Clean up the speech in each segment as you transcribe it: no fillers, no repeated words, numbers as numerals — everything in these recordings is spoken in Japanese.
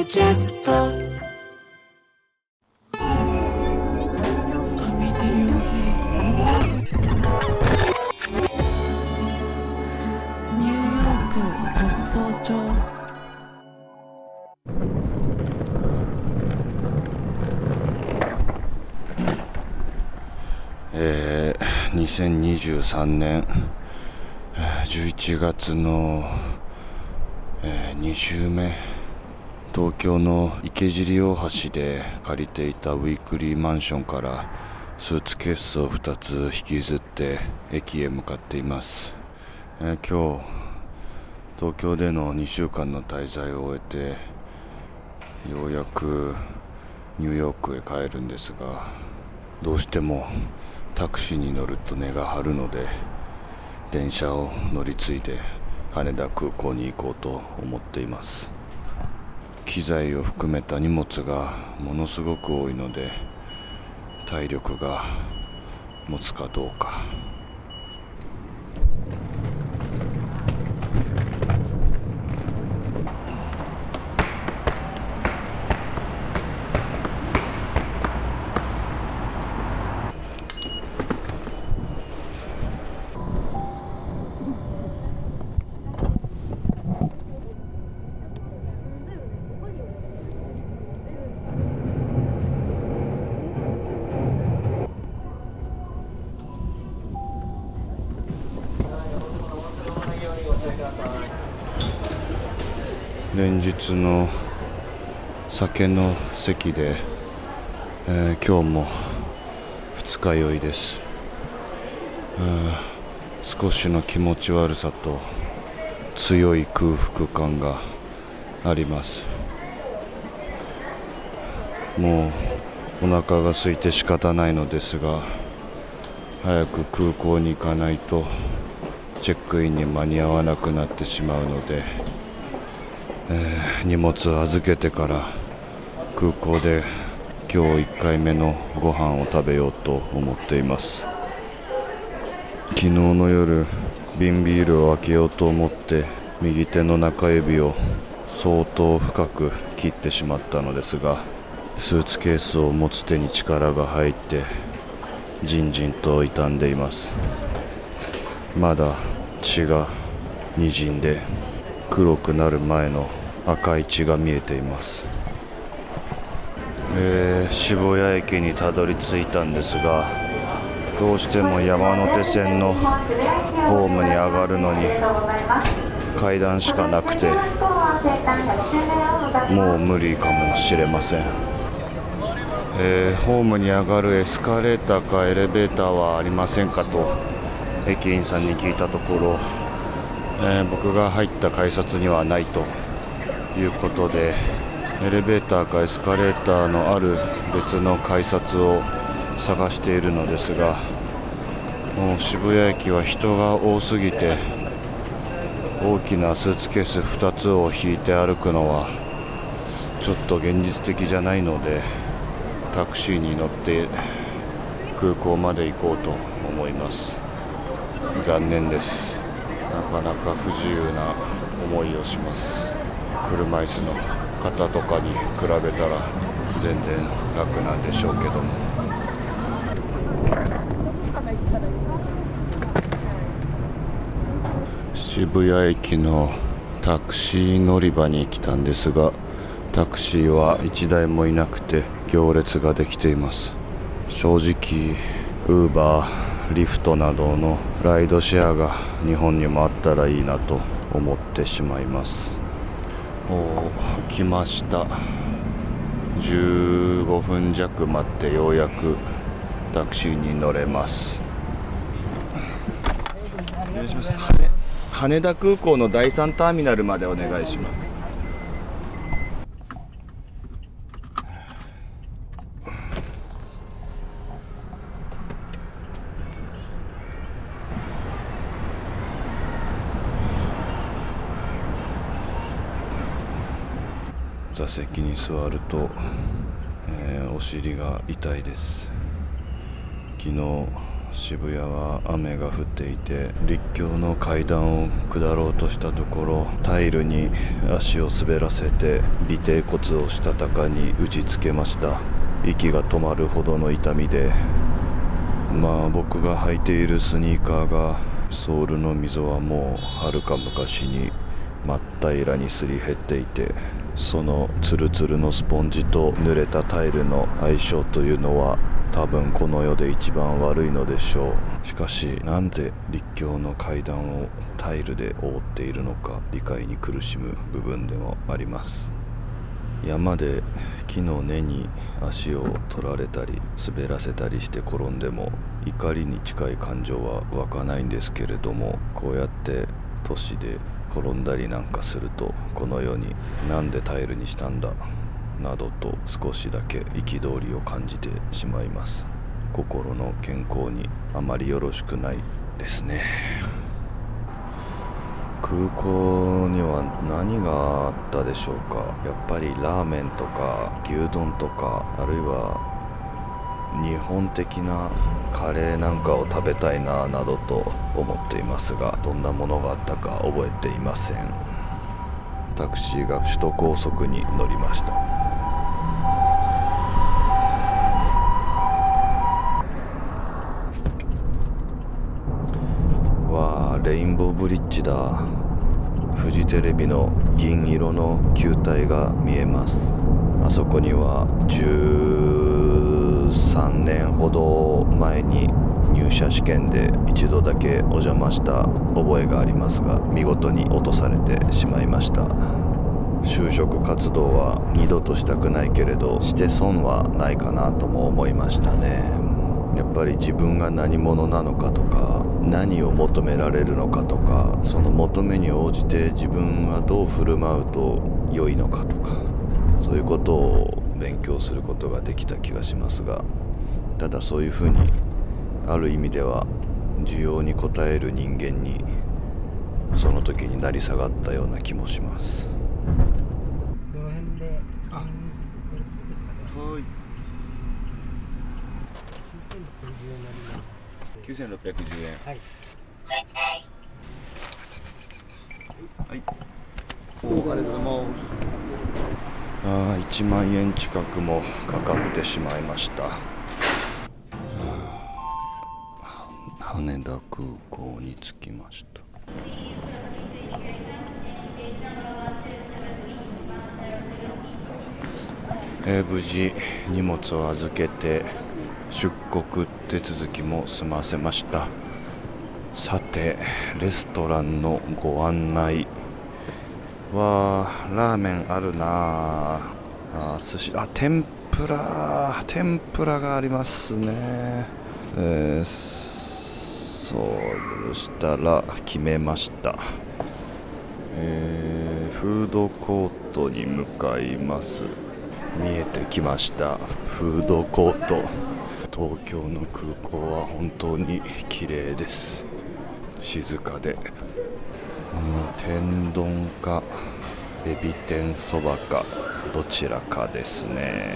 キャスト 2023年11月の2週目、東京の池尻大橋で借りていたウィークリーマンションからスーツケースを2つ引きずって駅へ向かっています。今日東京での2週間の滞在を終えてようやくニューヨークへ帰るんですが、どうしてもタクシーに乗ると値が張るので電車を乗り継いで羽田空港に行こうと思っています。機材を含めた荷物がものすごく多いので体力が持つかどうか。連日の酒の席で、今日も二日酔いです。少しの気持ち悪さと強い空腹感があります。もうお腹が空いて仕方ないのですが、早く空港に行かないとチェックインに間に合わなくなってしまうので、荷物を預けてから空港で今日1回目のご飯を食べようと思っています。昨日の夜瓶ビールを開けようと思って右手の中指を相当深く切ってしまったのですが、スーツケースを持つ手に力が入ってじんじんと痛んでいます。まだ血が滲んで黒くなる前の赤い血が見えています。渋谷駅にたどり着いたんですが、どうしても山手線のホームに上がるのに階段しかなくてもう無理かもしれません。ホームに上がるエスカレーターかエレベーターはありませんかと駅員さんに聞いたところ、僕が入った改札にはないということで、エレベーターかエスカレーターのある別の改札を探しているのですが、もう渋谷駅は人が多すぎて大きなスーツケース2つを引いて歩くのはちょっと現実的じゃないので、タクシーに乗って空港まで行こうと思います。残念です。なかなか不自由な思いをします。車椅子の方とかに比べたら全然楽なんでしょうけども。渋谷駅のタクシー乗り場に来たんですが、タクシーは1台もいなくて行列ができています。正直ウーバー、リフトなどのライドシェアが日本にもあったらいいなと思ってしまいます。来ました。15分弱待ってようやくタクシーに乗れます。お願いします。羽田空港の第3ターミナルまでお願いします。座席に座ると、お尻が痛いです。昨日渋谷は雨が降っていて、陸橋の階段を下ろうとしたところ、タイルに足を滑らせて尾てい骨をしたたかに打ちつけました。息が止まるほどの痛みで、僕が履いているスニーカーが、ソールの溝はもうはるか昔に真っ平らにすり減っていて、そのツルツルのスポンジと濡れたタイルの相性というのは多分この世で一番悪いのでしょう。しかしなんで陸橋の階段をタイルで覆っているのか理解に苦しむ部分でもあります。山で木の根に足を取られたり滑らせたりして転んでも怒りに近い感情は湧かないんですけれども、こうやって都市で転んだりなんかすると、この世になんでタイルにしたんだなどと少しだけ憤りを感じてしまいます。心の健康にあまりよろしくないですね。空港には何があったでしょうか。やっぱりラーメンとか牛丼とか、あるいは日本的なカレーなんかを食べたいなどと思っていますが、どんなものがあったか覚えていません。タクシーが首都高速に乗りました。レインボーブリッジだ。フジテレビの銀色の球体が見えます。あそこには13年ほど前に入社試験で一度だけお邪魔した覚えがありますが、見事に落とされてしまいました。就職活動は二度としたくないけれど、して損はないかなとも思いましたね。やっぱり自分が何者なのかとか、何を求められるのかとか、その求めに応じて自分はどう振る舞うと良いのかとか、そういうことを勉強することができた気がしますが、ただそういうふうにある意味では需要に応える人間にその時になり下がったような気もします。 どの辺ではい、9610円。 はい。 はい。ありがとうございます。1万円近くもかかってしまいました。羽田空港に着きました。無事荷物を預けて出国手続きも済ませました。さて、レストランのご案内は、ラーメンあるなあ、寿司、天ぷらがありますね。そうしたら決めました。フードコートに向かいます。見えてきました、フードコート。東京の空港は本当に綺麗です。静かで、天丼かエビ天そばかどちらかですね。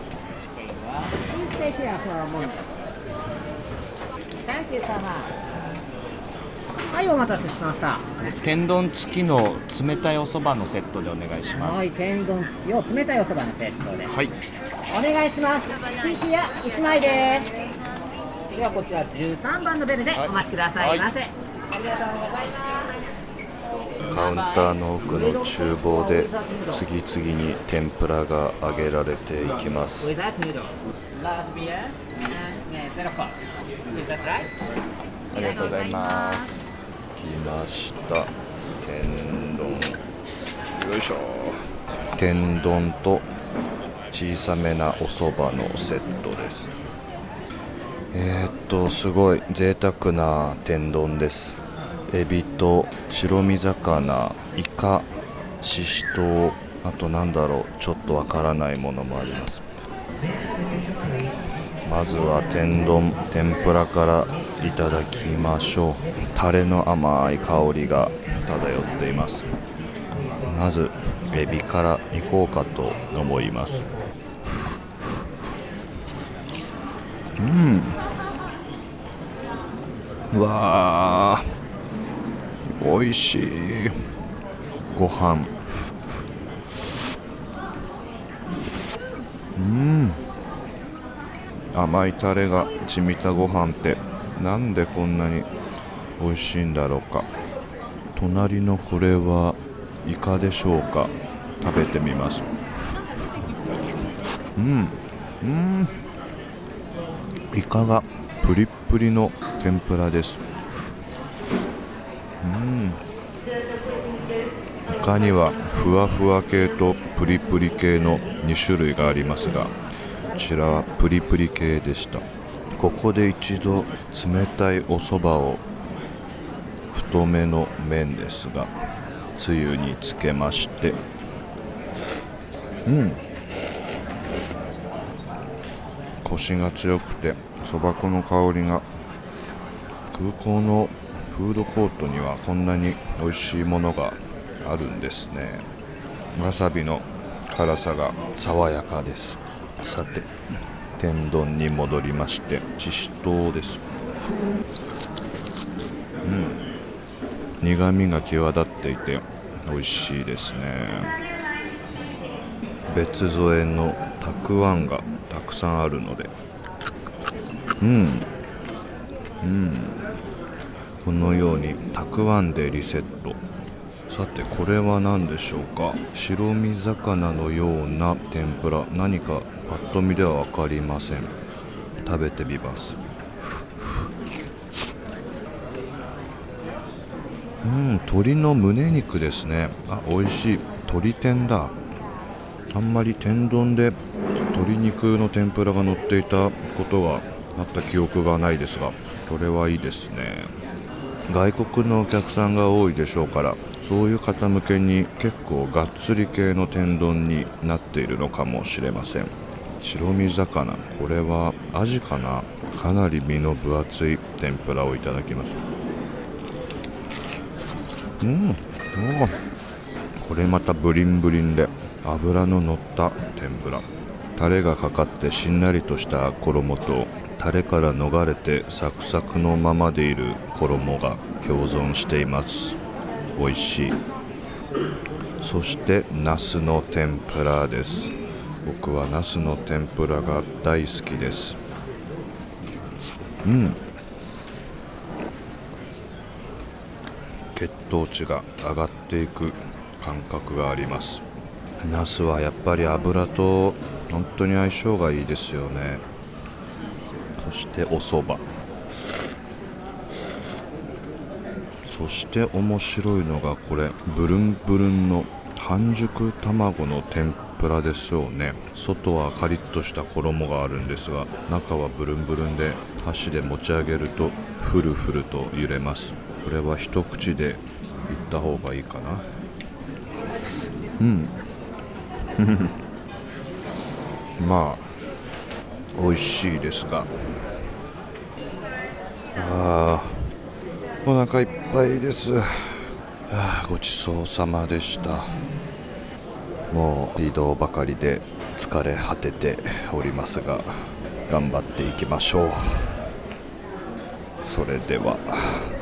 はい、お待たせしました。 天丼付きの冷たいお蕎麦のセットでお願いします。 はい、天丼付きを冷たいお蕎麦のセットで。 はい。 お願いします。シーや1枚です。ではこちら13番のベルでお待ちくださいませ。はい、ありがとうございます。 カウンターの奥の厨房で次々に天ぷらが揚げられていきます。 ありがとうございます。 来ました、天丼。よいしょ。天丼と小さめなお蕎麦のセットです。すごい贅沢な天丼です。エビと白身魚、イカ、ししとう、あとちょっとわからないものもあります。まずは天丼、天ぷらからいただきましょう。タレの甘い香りが漂っています。まずエビからいこうかと思います。 うわー、美味しい。ご飯、甘いタレが染みたご飯ってなんでこんなに美味しいんだろうか。隣のこれはイカでしょうか。食べてみます。イカがプリップリの天ぷらです。イカにはふわふわ系とプリプリ系の2種類がありますが、こちらはプリプリ系でした。ここで一度冷たいお蕎麦を、太めの麺ですがつゆにつけまして、コシが強くてそば粉の香りが。空港のフードコートにはこんなに美味しいものがあるんですね。わさびの辛さが爽やかです。さて、天丼に戻りまして、ししとうです。苦みが際立っていて美味しいですね。別添えのたくあんがたくさんあるので、このようにたくあんでリセット。さて、これは何でしょうか。白身魚のような天ぷら、何かパッと見では分かりません。食べてみます。鶏の胸肉ですね。美味しい。鶏天だ。あんまり天丼で鶏肉の天ぷらが乗っていたことがあった記憶がないですが、これはいいですね。外国のお客さんが多いでしょうから、そういう方向けに結構がっつり系の天丼になっているのかもしれません。白身魚、これはアジかな。かなり身の分厚い天ぷらをいただきます。これまたブリンブリンで脂の乗った天ぷら。タレがかかってしんなりとした衣と、タレから逃れてサクサクのままでいる衣が共存しています。美味しい。そしてナスの天ぷらです。僕はナスの天ぷらが大好きです。血糖値が上がっていく感覚があります。ナスはやっぱり油と本当に相性がいいですよね。そしてお蕎麦、そして面白いのがこれ、ブルンブルンの半熟卵の天ぷらですよね。外はカリッとした衣があるんですが、中はブルンブルンで、箸で持ち上げるとフルフルと揺れます。これは一口でいった方がいいかな。まあ美味しいですが、お腹いっぱいです。ごちそうさまでした。もう移動ばかりで疲れ果てておりますが、頑張っていきましょう。それでは。